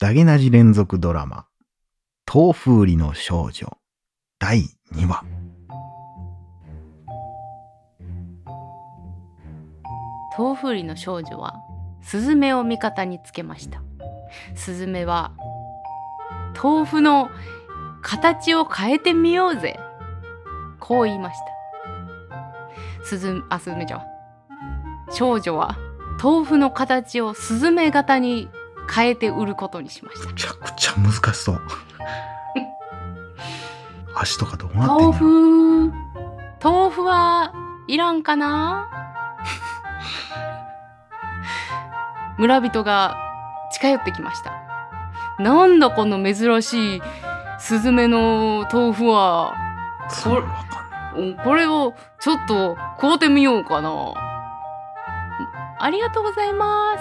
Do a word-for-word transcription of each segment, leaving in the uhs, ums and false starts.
ダゲナジ連続ドラマ豆腐売りの少女だいにわ。 豆腐売りの少女はスズメを味方につけました。スズメは豆腐の形を変えてみようぜ、こう言いました。スズあスズメじゃん少女は豆腐の形をスズメ型に変えて売ることにしました。 めちゃくちゃ難しそう足とかどうなってんの？ 豆腐豆腐はいらんかな村人が近寄ってきました。なんだこの珍しいスズメの豆腐は。 それわかんない。 これをちょっと買うてみようかな。ありがとうございます。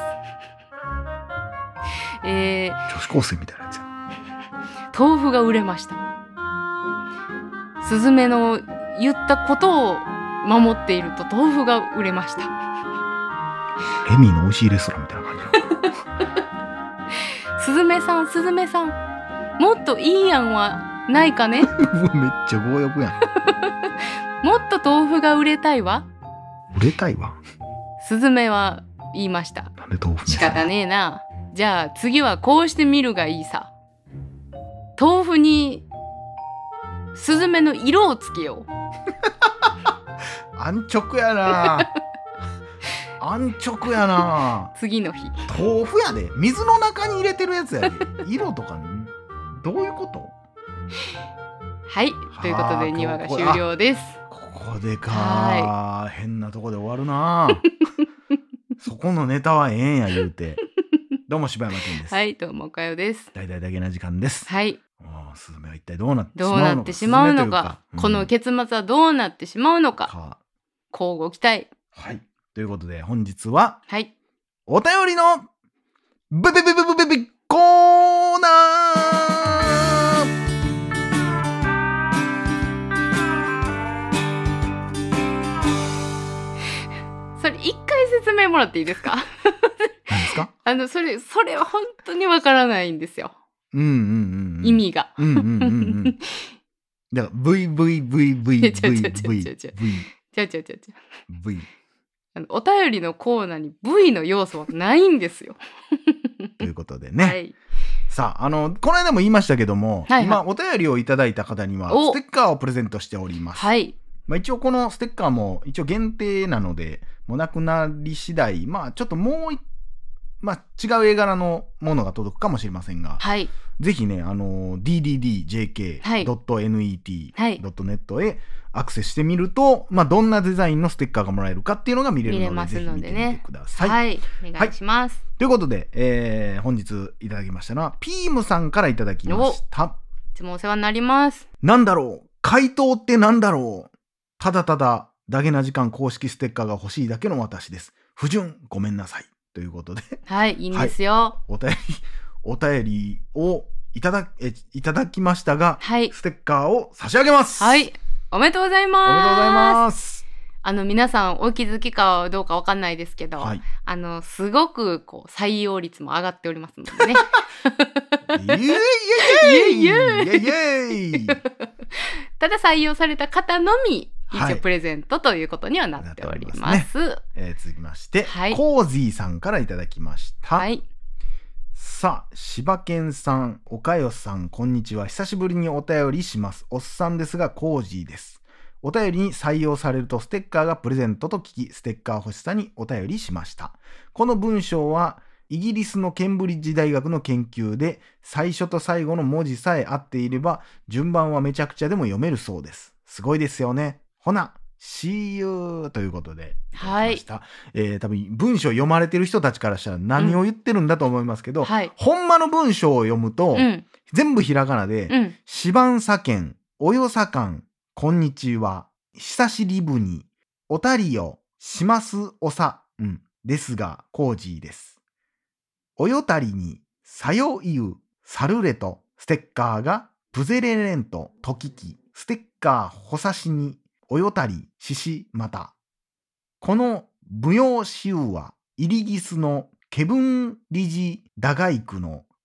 えー、 女子高生みたいなやつや。 豆腐が売れました。スズメの言ったことを守っていると豆腐が売れました。 レミの美味しいレストランみたいな感じスズメさんスズメさん、もっといい案はないかねめっちゃ強欲やんもっと豆腐が売れたいわ。 売れたいわ。 スズメは言いました。 なんで豆腐仕方ねえな。じゃあ次はこうしてみるがいいさ。豆腐にスズメの色をつけよう安直やな安直やな次の日、 豆腐やで、水の中に入れてるやつやで、色とかにどういうこと？ はいということでにわが終了です。 ここでか変なとこで終わるなそこのネタはええんや言うて。どうも柴山健です。 はいどうもおかよです。 大々だけな時間です。 はい、 スズメは一体どうなってしどうまうのか、 なってしまうのか、 うん、 この結末はどうなってしまうのか、 か乞うご期待。 はいということで本日ははいお便りのブビビビビビビコーナーそれ一回説明もらっていいですか何ですか？ あのそれそれは本当にわからないんですよ。 うんうんうん、うん、 意味が。 うんうんうんうんだから ブイブイブイブイブイブイブイちゃちゃちゃちゃブイあのお便りのコーナーに ブイ の要素はないんですよということでね、 はい、 さあ、あのこの間も言いましたけども、 はいはい、 今お便りをいただいた方にはステッカーをプレゼントしております。 はい、 まあ、一応このステッカーも一応限定なのでもうなくなり次第、まあちょっともう一まあ、違う絵柄のものが届くかもしれませんが、 はい、 ぜひね、あの ディーディーディージェーケードットネット ネット へアクセスしてみると、まあ、どんなデザインのステッカーがもらえるかっていうのが見れるので、 見れますのでね、 ぜひ見てみてください。 はい、お願いします。はい、 ということで、えー、本日いただきましたのはピームさんからいただきました。 いつもお世話になります。 なんだろう、回答ってなんだろう。ただただダゲな時間公式ステッカーが欲しいだけの私です。不純ごめんなさい。ということで、 はい、いいんですよ。 はい、お便りお便りをいただえいただきましたが、 はい、 ステッカーを差し上げます。 はい、おめでとうございます。 おめでとうございます。 あの皆さんお気づきかどうかわかんないですけど、はい、あのすごくこう採用率も上がっておりますのでね。 イエイイエイイエイイエイイエイただ採用された方のみ一応プレゼントということにはなっております。はい、ますね、 えー、続きまして、 はい、 コージーさんからいただきました。 はい、 さあ、柴犬さん、おかよさん、こんにちは。久しぶりにお便りします。おっさんですが、コージーです。お便りに採用されるとステッカーがプレゼントと聞き、ステッカー欲しさにお便りしました。この文章は、イギリスのケンブリッジ大学の研究で、最初と最後の文字さえ合っていれば、順番はめちゃくちゃでも読めるそうです。すごいですよね。ほな、See you ということでいただきました。はい、えー、多分文章読まれてる人たちからしたら何を言ってるんだと思いますけど、うん、はい、ほんまの文章を読むと、うん、全部ひらがなで、うん、しばんさけん、およさかん、こんにちは、久しりぶに、おたりよ、しますおさ、うん、ですが、コージーです。およたりに、さよいう、さるれと、ステッカーが、プゼレレンと、ときき、ステッカーほさしに、およたり、ししまた。この舞踊集は、イギリスのケブン・リジ・ダガイクの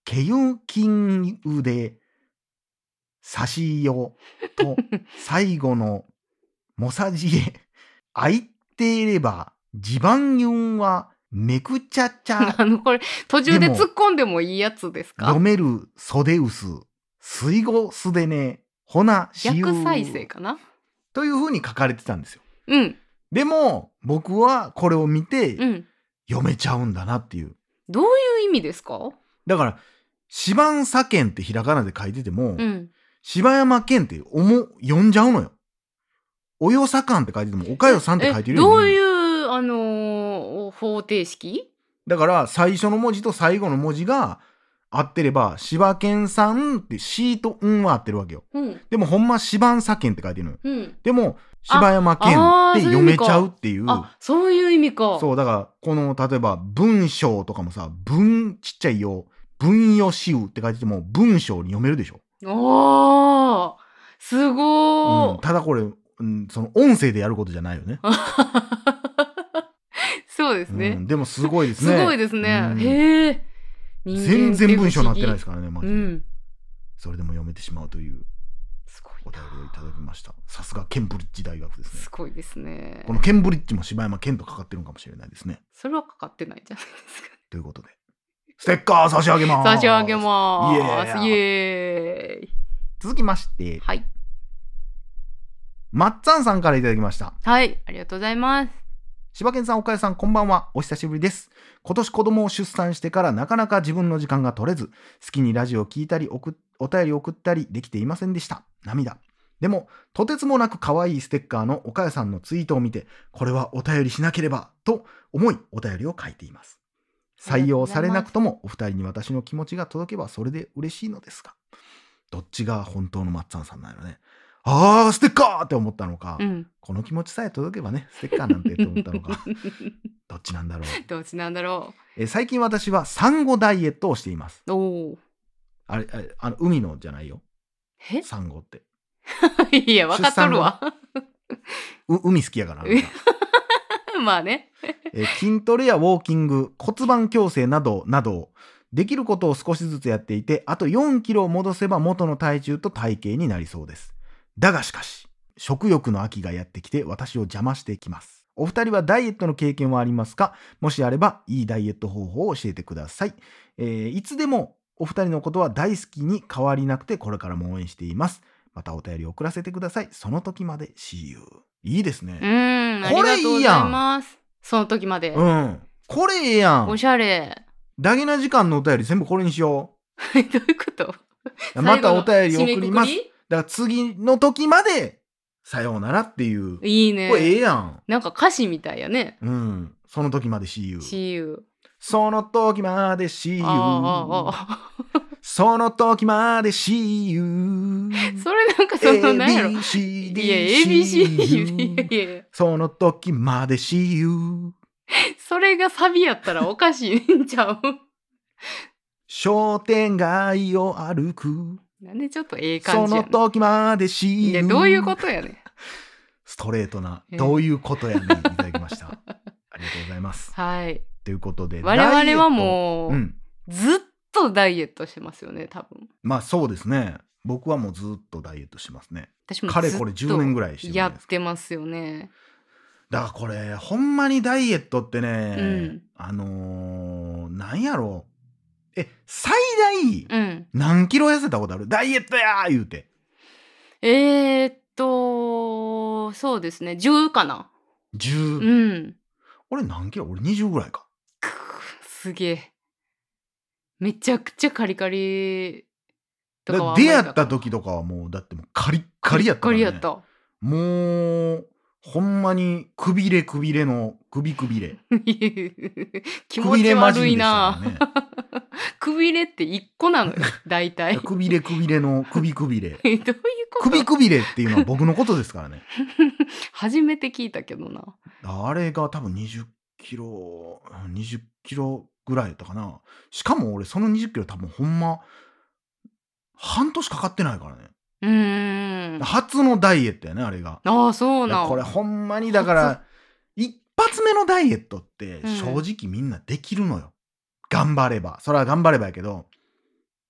けゆきんうでさしよと最後のもさじへ空いていれば地盤ゆんはめくちゃちゃあのこれ途中で突っ込んでもいいやつですか？ 読める袖薄水後すでねほなしゆ逆再生かな。 というふうに書かれてたんですよ。 うんでも僕はこれを見てうん。 読めちゃうんだなっていう。 どういう意味ですか？ だから芝んさけんってひらがなで書いてても、 うん。 柴山健っておも読んじゃうのよ。およさかんって書いててもおかよさんって書いてるよどううに見える。 いうあのー方程式？ だから最初の文字と最後の文字が合ってれば柴犬さんってシーとんは合ってるわけよ。 うんでもほんま柴んさけんって書いてるのよ。 うん。 でも柴山健って読めちゃうっていう。 あ、そういう意味か。 そうだからこの例えば文章とかもさ文ちっちゃいよ文よしうって書いてても文章に読めるでしょ。 おー、すごー、 うん、ただこれ、うん、その音声でやることじゃないよね。 そうですね、 うん、でもすごいですね。 すごいですね、 うん、 へえ。人間って不思議。 全然文章になってないですからねマジで、 うん、 それでも読めてしまうというすごいお便りをいただきました。さすがケンブリッジ大学ですね。 すごいですね。 このケンブリッジも柴山健とかかってるのかもしれないですね。 それはかかってないじゃないですか。 ということでステッカー差し上げます。 差し上げます。 イエーイ。 イエーイ。 続きましてはいマッツァンさんからいただきました。 はい、ありがとうございます。 柴犬さん、岡谷さん、こんばんは。お久しぶりです。今年子供を出産してからなかなか自分の時間が取れず、好きにラジオを聞いたり、送お便りを送ったりできていませんでした。涙。でも、とてつもなく可愛いステッカーの岡谷さんのツイートを見て、これはお便りしなければと思い、お便りを書いています。採用されなくとも、お二人に私の気持ちが届けばそれで嬉しいのですが、どっちが本当のマッツァンさんなのね。あーステッカーって思ったのか、 うん、 この気持ちさえ届けばねステッカーなんてって思ったのかどっちなんだろう。 どっちなんだろえ最近私はサンゴダイエットをしています。 う。おお。 あれあれあの海のじゃないよ。 えサンゴっていや分かっとるわ。 う海好きやからあなたまあねえ筋トレやウォーキング骨盤矯正などなどできることを少しずつやっていて、あとよんキロを戻せば元の体重と体型になりそうです。だがしかし食欲の秋がやってきて私を邪魔してきます。お二人はダイエットの経験はありますか？もしあればいいダイエット方法を教えてください。えー、いつでもお二人のことは大好きに変わりなくてこれからも応援しています。またお便り送らせてください。その時まで See you。 いいですね。 うーん、 これいいやん。 ありがとうございます。その時まで。 うん。これええやん。 おしゃれ。 ダゲな時間のお便り全部これにしよどういうことう。またお便り送ります。 締めくくだから次の時までさようならっていう。 りいいね。 これええやん。 なんか歌詞みたいやね。 うん。その時まで See you。 See you。 その時まで See you。 ああああその時まで See you。 それなんかその何やろ。 エービーシーディーいや エービーシー See you。 いやいやその時まで See you。 それがサビやったらおかしいんちゃう。 商店街を歩く。 なんでちょっとええ感じやねん。 その時まで See you。 いやどういうことやねん。 ストレートな、 えーどういうことやねんいただきました。ありがとうございます。 はい。 ということで我々はもう、 うん、 ずっとダイエットしてますよね、多分。 まあそうですね。僕はもうずっとダイエットしてますね。 私もかれこれじゅうねんぐらいしてるじゃやないですか。 ってますよね。 だからこれほんまにダイエットってね、 うん、 あのー、なんやろう。え最大うん何キロ痩せたことある？ダイエットやー言うて。 えー、っとそうですねじゅうかな。 じゅう。 うん。 俺何キロ？俺にじゅうぐらいか。 くすげえ。めちゃくちゃカリカリとかは出会った時とかはもうだってもうカリッカリやったからね。 カリカリやった。 もうほんまにくびれくびれのくびくびれ気持ち悪いな。 くびれ魔人でしたからね。 くびれって一個なのよ大体。 くびれくびれのくびくびれどういうこと？ くびくびれっていうのは僕のことですからね。 初めて聞いたけどな。 あれが多分にじゅっキロにじゅっキロぐらいやったかな。しかも俺そのにじゅっキロ多分ほんま半年かかってないからね。 うーん。 初のダイエットやねあれが。 ああそうな。 これほんまにだから一発目のダイエットって正直みんなできるのよ。頑張れば。それは頑張ればやけど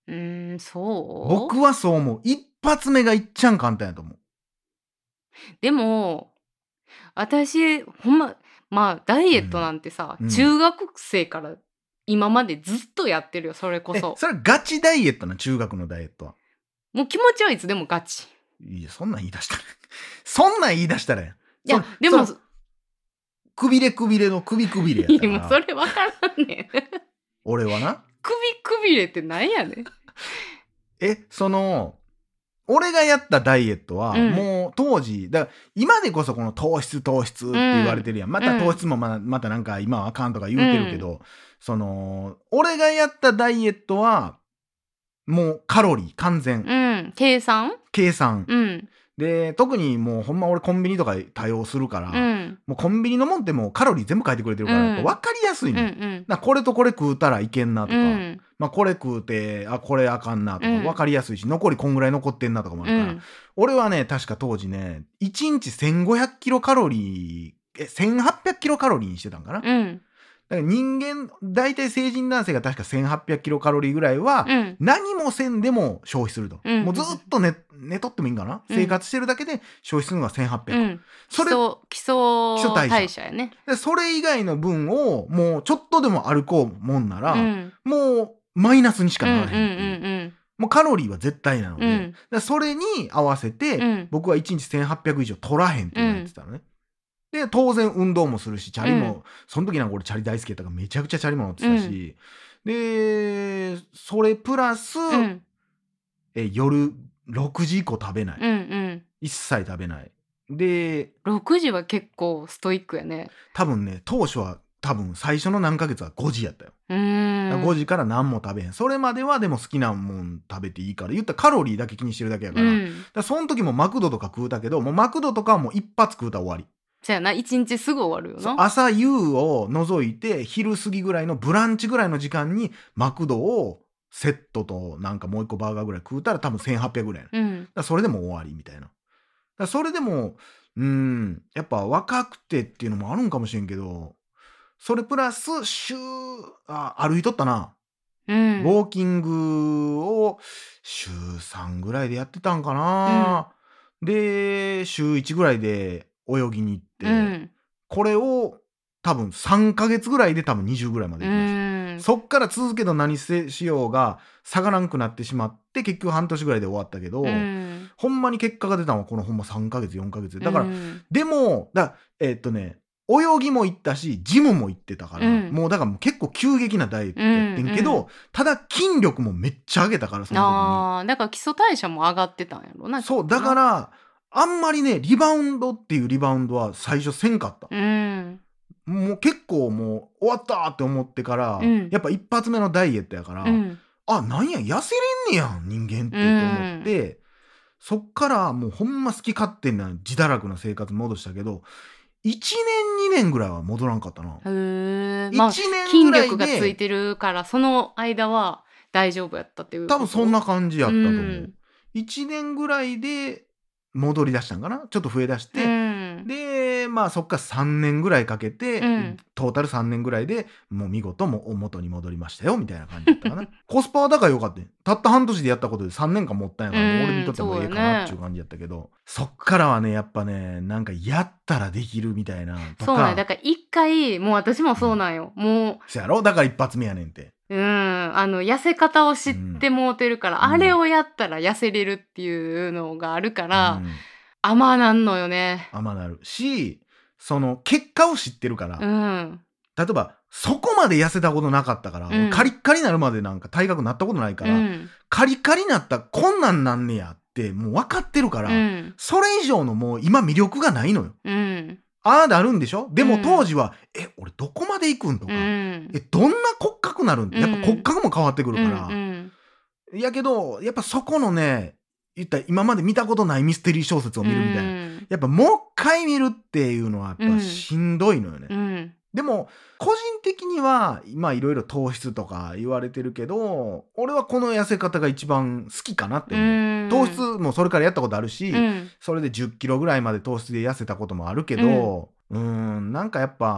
うーん、そう僕はそう思う。一発目がいっちゃん簡単やと思う。 でも、私、ほんま、まあ、ダイエットなんてさ、 うんうん中学生から今までずっとやってるよ、それこえ、 そ。 それはガチダイエットな、中学のダイエットは。 もう気持ちはいつでもガチ。 いや、そんなん言い出したら。そんなん言い出したらやん。 いやそ、 でも、 そのくびれくびれの首くびれやったいやもうそから。 れわからんねん。 俺はな。 首くびれってなんやねん。 え、その、俺がやったダイエットは、 うんもう当時、だから今でこそこの糖質糖質って言われてるやん。また糖質もまだまたなんか今はあかんとか言うてるけど、その、俺がやったダイエットは、もうカロリー完全。 うん。計算計算。 うん。 で、特にもうほんま俺コンビニとか多用するから、 うん。 もうコンビニのもんってもうカロリー全部書いてくれてるから、 うんやっぱ分かりやすいうん。 の、 うよん。 なこれとこれ食うたらいけんなとか、 うん。 まあこれ食うて、あ、これあかんなとかうん分かりやすいし、残りこんぐらい残ってんなとかもあるから、 うん。 俺はね、確か当時ね、いちにちせんごひゃくキロカロリー、え、せんはっぴゃくキロカロリーにしてたんかな。 うん。 だから人間、大体成人男性が確かせんはっぴゃくキロカロリーぐらいは、 うん。 何もせんでも消費すると。 うんもうずっと寝、寝とってもいいんかな、 うん生活してるだけで消費するのがせんはっぴゃく。 うん。基それ礎、基礎基礎代謝代謝やね。 でそれ以外の分をもうちょっとでも歩こうもんなら、 うん。 もうマイナスにしかうん。うん。 ならへんっていう、 うん。 もうカロリーは絶対なので、 うんだからそれに合わせて、 うん僕はいちにちせんはっぴゃく以上取らへんって言われてたのね。で当然運動もするしチャリも、 うんその時なんか俺チャリ大好きやったからめちゃくちゃチャリも乗ってたし、でそれプラス、 うん。 え夜ろくじ以降食べない、 うん。うん。 一切食べないで、 ろくじは結構ストイックやね。 多分ね当初は多分最初の何ヶ月はごじやったよ。 うーん。 ごじから何も食べへん。それまではでも好きなもん食べていいから、言ったらカロリーだけ気にしてるだけやから。だかうん。 らその時もマクドとか食うたけど、もうマクドとかはもう一発食うたら終わり。 そやな、一日すぐ終わるよそうな。 朝夕を除いて昼過ぎぐらいのブランチぐらいの時間にマクドをセットとなんかもう一個バーガーぐらい食うたら多分せんはっぴゃくぐらいやな。だかうん。 らそれでも終わりみたいな。だからそれでも、うーん、やっぱ若くてっていうのもあるんかもしれんけど、それプラス週、あ、歩いとったな。 うん。 ウォーキングを週さんぐらいでやってたんかな、で週いちぐらいで泳ぎに行って、 うん。 これを多分さんかげつぐらいで多分にじゅうぐらいまでう行きました、 ん。 そっから続けと何せしようが下がらんくなってしまって結局半年ぐらいで終わったけど、 うん。 ほんまに結果が出たのはこのほんまさんかげつよんかげつでだから、 うんでもだえーっとね泳ぎも行ったしジムも行ってたから、 うんもうだからもう結構急激なダイエットやってんけど、 うんうんただ筋力もめっちゃ上げたからそのああ、だから基礎代謝も上がってたんやろな。 時にそうだかららあんまりねリバウンドっていうリバウンドは最初せんかった、 うん。 もう結構もう終わったって思ってから、 うんやっぱ一発目のダイエットやから、 うん。 あなんや痩せれんねやん人間ってって思って、そっからもうほんま好き勝手な自堕落な生活戻したけどいちねんにねんぐらいは戻らんかったな。 へえ。まあ、 いちねん筋ぐらい力がついでてるからその間は大丈夫やったっていうこと。 多分そんな感じやったと思う、 うんいちねんぐらいで戻り出したんかなちょっと増え出して、 うん。 でまあそっからさんねんぐらいかけて、 うんトータルさんねんぐらいでもう見事もう元に戻りましたよみたいな感じだったかなコスパはだからよかったねたった半年でやったことでさんねんかん持ったんやから、もう俺にとってはもうええかなっていう感じやったけど、そっからはねやっぱねなんかやったらできるみたいなとかそうなんや。だから一回、もう私もそうなんよ。もそやろだから一発目やねんて。 う、うん、あの、痩せ方を知ってもうてるから、 うんあれをやったら痩せれるっていうのがあるから、 うん甘なんのよね。 甘なるしその結果を知ってるから、 うん。 例えばそこまで痩せたことなかったから、 うんカリッカリになるまでなんか体格なったことないから、 うん。 カリカリになったらこんなんなんねやってもう分かってるから、 うん。 それ以上のもう今魅力がないのよ。 うん。 ああなるんでしょでもうん当時は、え俺どこまで行くんとか、 うん。 えどんな骨格なるんってやっぱ骨格も変わってくるから、 うんやけどやっぱそこのね言ったら今まで見たことないミステリー小説を見るみたいな、 うんやっぱもう一回見るっていうのはやっぱしんどいのよね、 うんでも個人的にはまあいろいろ糖質とか言われてるけど俺はこの痩せ方が一番好きかなって思う、 うん糖質もそれからやったことあるし、 うんそれでじゅっキロぐらいまで糖質で痩せたこともあるけどうーんなんかやっぱ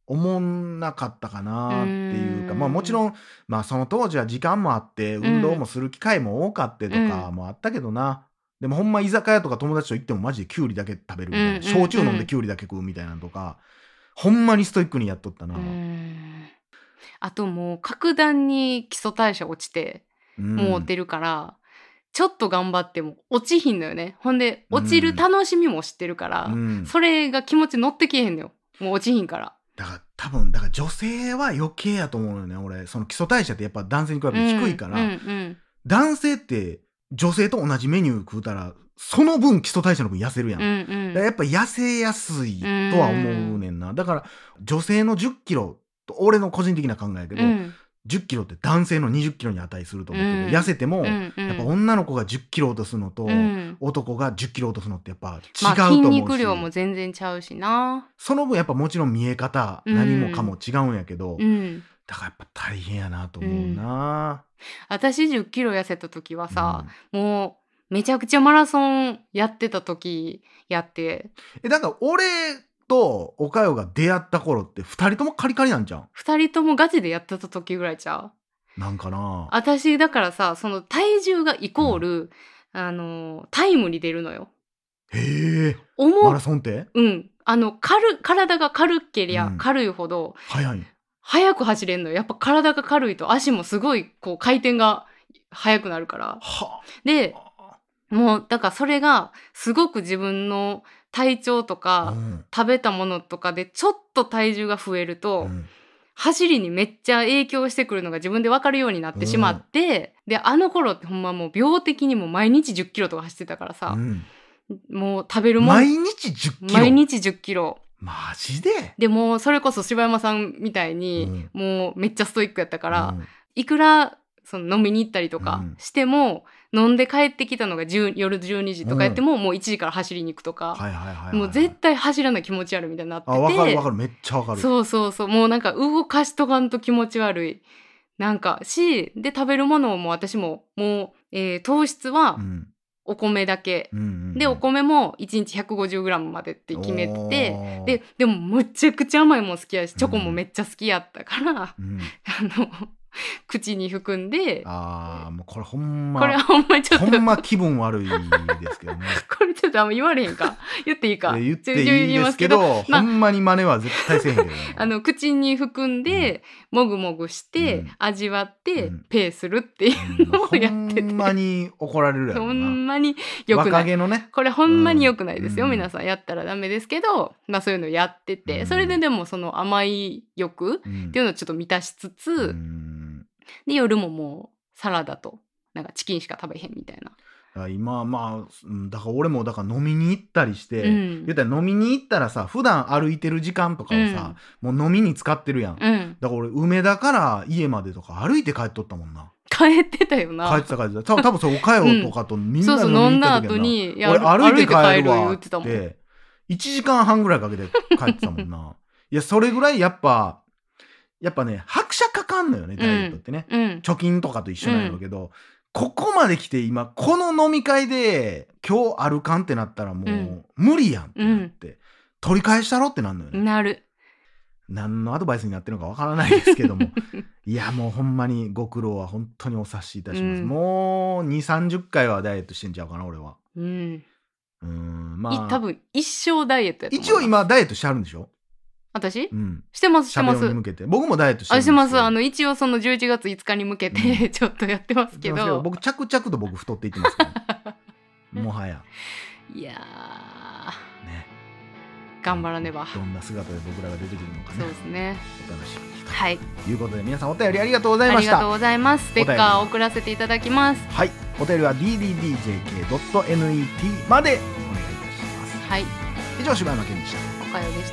思んなかったかなっていうか、 うーんまあもちろん、まあその当時は時間もあって運動もする機会も多かってとかもあったけどな、でもほんま居酒屋とか友達と行ってもマジでキュウリだけ食べるみたいな、 うんうんうん焼酎飲んでキュウリだけ食うみたいなのとか、ほんまにストイックにやっとったな。 うーんあともう格段に基礎代謝落ちてうんもうてるから、ちょっと頑張っても落ちひんのよね。ほんで落ちる楽しみも知ってるから、 うんそれが気持ち乗ってけへんのよ。もう落ちひんから。 だから多分だから女性は余計やと思うのよね。俺その基礎代謝ってやっぱ男性に比べて低いから、 うんうん男性って女性と同じメニュー食うたらその分基礎代謝の分痩せるやん、 うんうんだからやっぱ痩せやすいとは思うねんな。だから女性のじゅっキロと俺の個人的な考えやけど、 うんじゅっキロって男性のにじゅっキロに値すると思ってて、 うん痩せても、 うんうんやっぱ女の子がじゅっキロ落とすのと、 うん男がじゅっキロ落とすのってやっぱ違うまあと思うし、 筋肉量も全然ちゃうしな。 その分やっぱもちろん見え方、 うん何もかも違うんやけど、 うんだからやっぱ大変やなと思うな、 私じゅっキロ痩せた時はさ、もうめちゃくちゃマラソンやってた時やって、 えだから俺とおかよが出会った頃ってふたりともカリカリなんじゃん。 ふたりともガチでやってた時ぐらいちゃう。 なんかな。 私だからさ、その体重がイコール、あのタイムに出るのよ。 へえ。 重マラソンってうんあの軽体が軽けりゃうん軽いほど早い。 速く走れんのよ。やっぱ体が軽いと足もすごいこう回転が速くなるから。 はであ。 もうだからそれがすごく自分の体調とか、 うん食べたものとかでちょっと体重が増えると、 うん走りにめっちゃ影響してくるのが自分で分かるようになってしまって、であの頃ってほんまもう病的にも毎日じゅっキロとか走ってたからさ、 うんもう食べるもん毎日じゅっキロ。 毎日じゅっキロマジで。 でもそれこそ柴山さんみたいに、もうめっちゃストイックやったから、 うんいくらその飲みに行ったりとかうんしても、飲んで帰ってきたのがじゅう夜じゅうにじとかやっても、もういちじから走りに行くとか、 はいはいはいはい、 もう絶対走らな気持ち悪いみたいになってて、 あ分かる分かる、めっちゃ分かる。 そうそうそう、もうなんか動かしとかんと気持ち悪いなんかし、で食べるものも私ももう、えー糖質はうんお米だけ、 うんうんうんでお米もいちにち ひゃくごじゅうグラム までって決めておて、 ーででもむちゃくちゃ甘いもん好きやし、チョコもめっちゃ好きやったから、 うん、 あの口に含んで、 ああもうこれほんまこれはほんまにちょっとほんま気分悪いですけどね。 これちょっとあんま言われへんか言っていいかいや言ってちょちょいいですけど、 言いますけどまあほんまに真似は絶対せえへんけどね。 あの口に含んで、もぐもぐして、 うん味わって、 うんペーするっていうのをやってて、 ほんまに怒られるやほろな。 んまに良くない。 若気のね。 これほんまに良くないですよ、 うん皆さんやったらダメですけど、まあそういうのやってて、 うんそれででもその甘い欲うんっていうのをちょっと満たしつつ、 うんで夜ももうサラダとなんかチキンしか食べへんみたいな。 だから今まあうんだから俺もだから飲みに行ったりして、 うん言ったら飲みに行ったらさ普段歩いてる時間とかをさ、もう飲みに使ってるやん。 うん、 だから俺梅田から家までとか歩いて帰っとったもんな。 帰ってたよな。 帰ってた帰ってた。多分多分それおかよとかとみんなでそうそう、飲んだ飲みに行った時後に、いや俺歩いて帰る歩いわっ言ってたもん。 ていちじかんはんぐらいかけて帰ってたもんな。いやそれぐらいやっぱやっぱね拍車かかんのよねダイエットってね、 うん、 貯金とかと一緒なんやろうけど、ここまで来て今この飲み会で今日あるかんってなったらもう、 うん無理やんってなって、取り返したろってなんのよね。 なる。 何のアドバイスになってるのかわからないですけどもいやもうほんまにご苦労は本当にお察しいたします、 うんもうにじゅうさんじゅっかいはダイエットしてんちゃうかな俺は。 うん。 うーんいまあ多分一生ダイエットやと思う。 一応今ダイエットしてはるんでしょ。 私うんしてますしてますしゃべろうに向けて僕もダイエットしてるんあですけどしてますあの一応そのじゅういちがついつかに向けて、 うんちょっとやってますけしてますけど、 僕着々と僕太っていってますからもはやいやねー頑張らねば。 どんな姿で僕らが出てくるのかねそうですね。 お楽しみにはい、 ということで皆さんお便りありがとうございあましたりがとうございます。ステッカー送らせていただきます。 はいお便りは ディーディーディージェーケードットネット までお願いいたします。 はい、 以上柴山健でした。 おかよでした。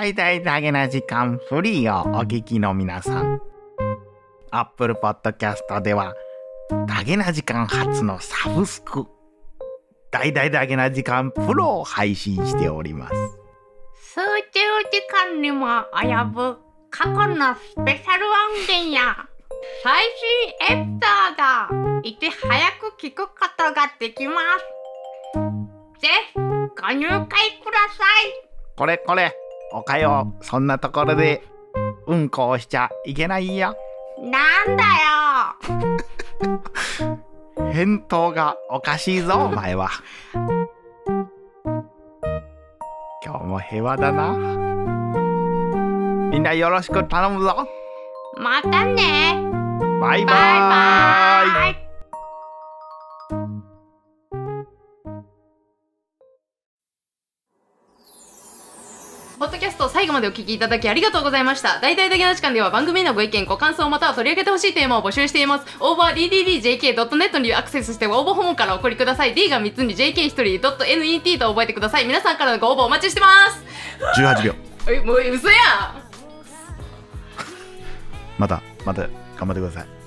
大々だけな時間フリーをお聞きの皆さん、Apple Podcast ではだけな時間初のサブスク大々だけな時間プロを配信しております。 数十時間にも及ぶ過去のスペシャル音源や最新エピソードをいち早く聞くことができます。ぜひご入会ください。 これこれおかよ、そんなところでうんこをしちゃいけないよ。 なんだよ。 返答がおかしいぞお前は。今日も平和だな。みんなよろしく頼むぞ。 またね。 バイバイ。 バイバイ。ポッドキャスト最後までお聞きいただきありがとうございました。大々だけな時間では番組へのご意見ご感想または取り上げてほしいテーマを募集しています。オーバー ディーディーディージェーケードットネット にアクセスして応募フォームからお送りください。 D がみっつに ジェーケーひとり ドットネット と覚えてください。皆さんからのご応募お待ちしてます。 じゅうはちびょう。 え、もう嘘やん。 またまた頑張ってください。